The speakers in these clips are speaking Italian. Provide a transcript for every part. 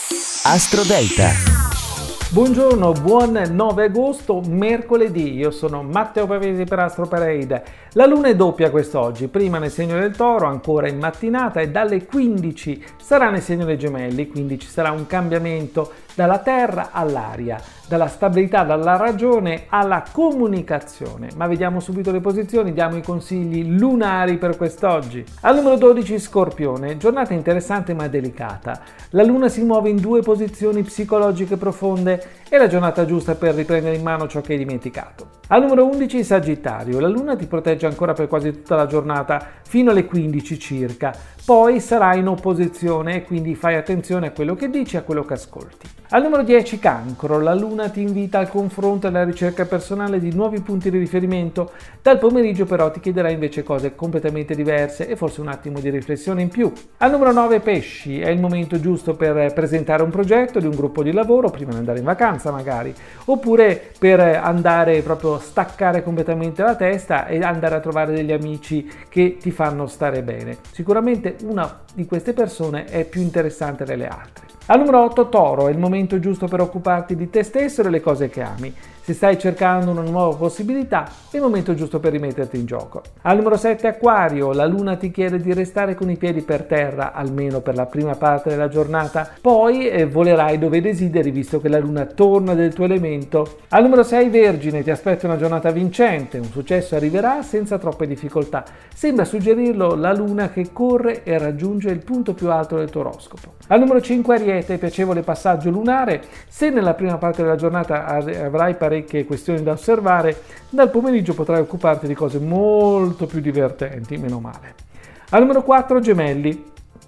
Astro Delta. Buongiorno, buon 9 agosto, mercoledì. Io sono Matteo Pavesi per Astro Parade. La luna è doppia quest'oggi, prima nel segno del Toro, ancora in mattinata, e dalle 15 sarà nel segno dei Gemelli, quindi ci sarà un cambiamento dalla terra all'aria, dalla stabilità, dalla ragione alla comunicazione. Ma vediamo subito le posizioni, diamo i consigli lunari per quest'oggi. Al numero 12 Scorpione, giornata interessante ma delicata. La luna si muove in due posizioni psicologiche profonde. È la giornata giusta per riprendere in mano ciò che hai dimenticato. Al numero 11 Sagittario, la luna ti protegge ancora per quasi tutta la giornata fino alle 15 circa, poi sarà in opposizione e quindi fai attenzione a quello che dici e a quello che ascolti. Al numero 10 Cancro, la luna ti invita al confronto e alla ricerca personale di nuovi punti di riferimento. Dal pomeriggio però ti chiederà invece cose completamente diverse e forse un attimo di riflessione in più. Al numero 9 Pesci, è il momento giusto per presentare un progetto di un gruppo di lavoro prima di andare in vacanza magari, oppure per andare proprio a staccare completamente la testa e andare a trovare degli amici che ti fanno stare bene. Sicuramente una di queste persone è più interessante delle altre. Al numero 8 Toro, è il momento giusto per occuparti di te stesso e delle cose che ami. Se stai cercando una nuova possibilità, è il momento giusto per rimetterti in gioco. Al numero 7 Acquario, la luna ti chiede di restare con i piedi per terra, almeno per la prima parte della giornata, poi volerai dove desideri visto che la luna torna del tuo elemento. Al numero 6 Vergine, ti aspetta una giornata vincente, un successo arriverà senza troppe difficoltà. Sembra suggerirlo la luna che corre e raggiunge il punto più alto del tuo oroscopo. Al numero 5 Ariete, piacevole passaggio lunare, se nella prima parte della giornata avrai parecchie questioni da osservare, dal pomeriggio potrai occuparti di cose molto più divertenti, meno male. Al numero 4 Gemelli,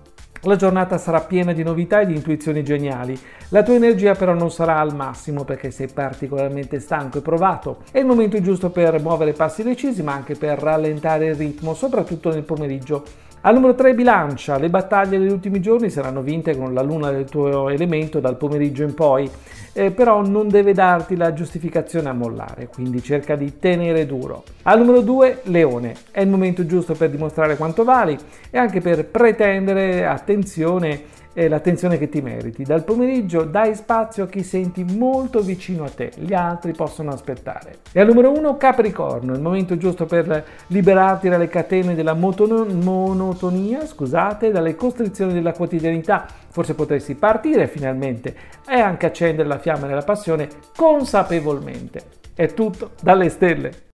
la giornata sarà piena di novità e di intuizioni geniali. La tua energia però non sarà al massimo perché sei particolarmente stanco e provato. È il momento giusto per muovere passi decisi ma anche per rallentare il ritmo, soprattutto nel pomeriggio. Al numero 3 Bilancia, le battaglie degli ultimi giorni saranno vinte con la luna del tuo elemento dal pomeriggio in poi, però non deve darti la giustificazione a mollare, quindi cerca di tenere duro. Al numero 2 Leone, è il momento giusto per dimostrare quanto vali e anche per pretendere l'attenzione che ti meriti. Dal pomeriggio dai spazio a chi senti molto vicino a te, gli altri possono aspettare. E al numero 1 Capricorno, il momento giusto per liberarti dalle catene della monotonia, dalle costrizioni della quotidianità. Forse potresti partire finalmente e anche accendere la fiamma della passione consapevolmente. È tutto dalle stelle.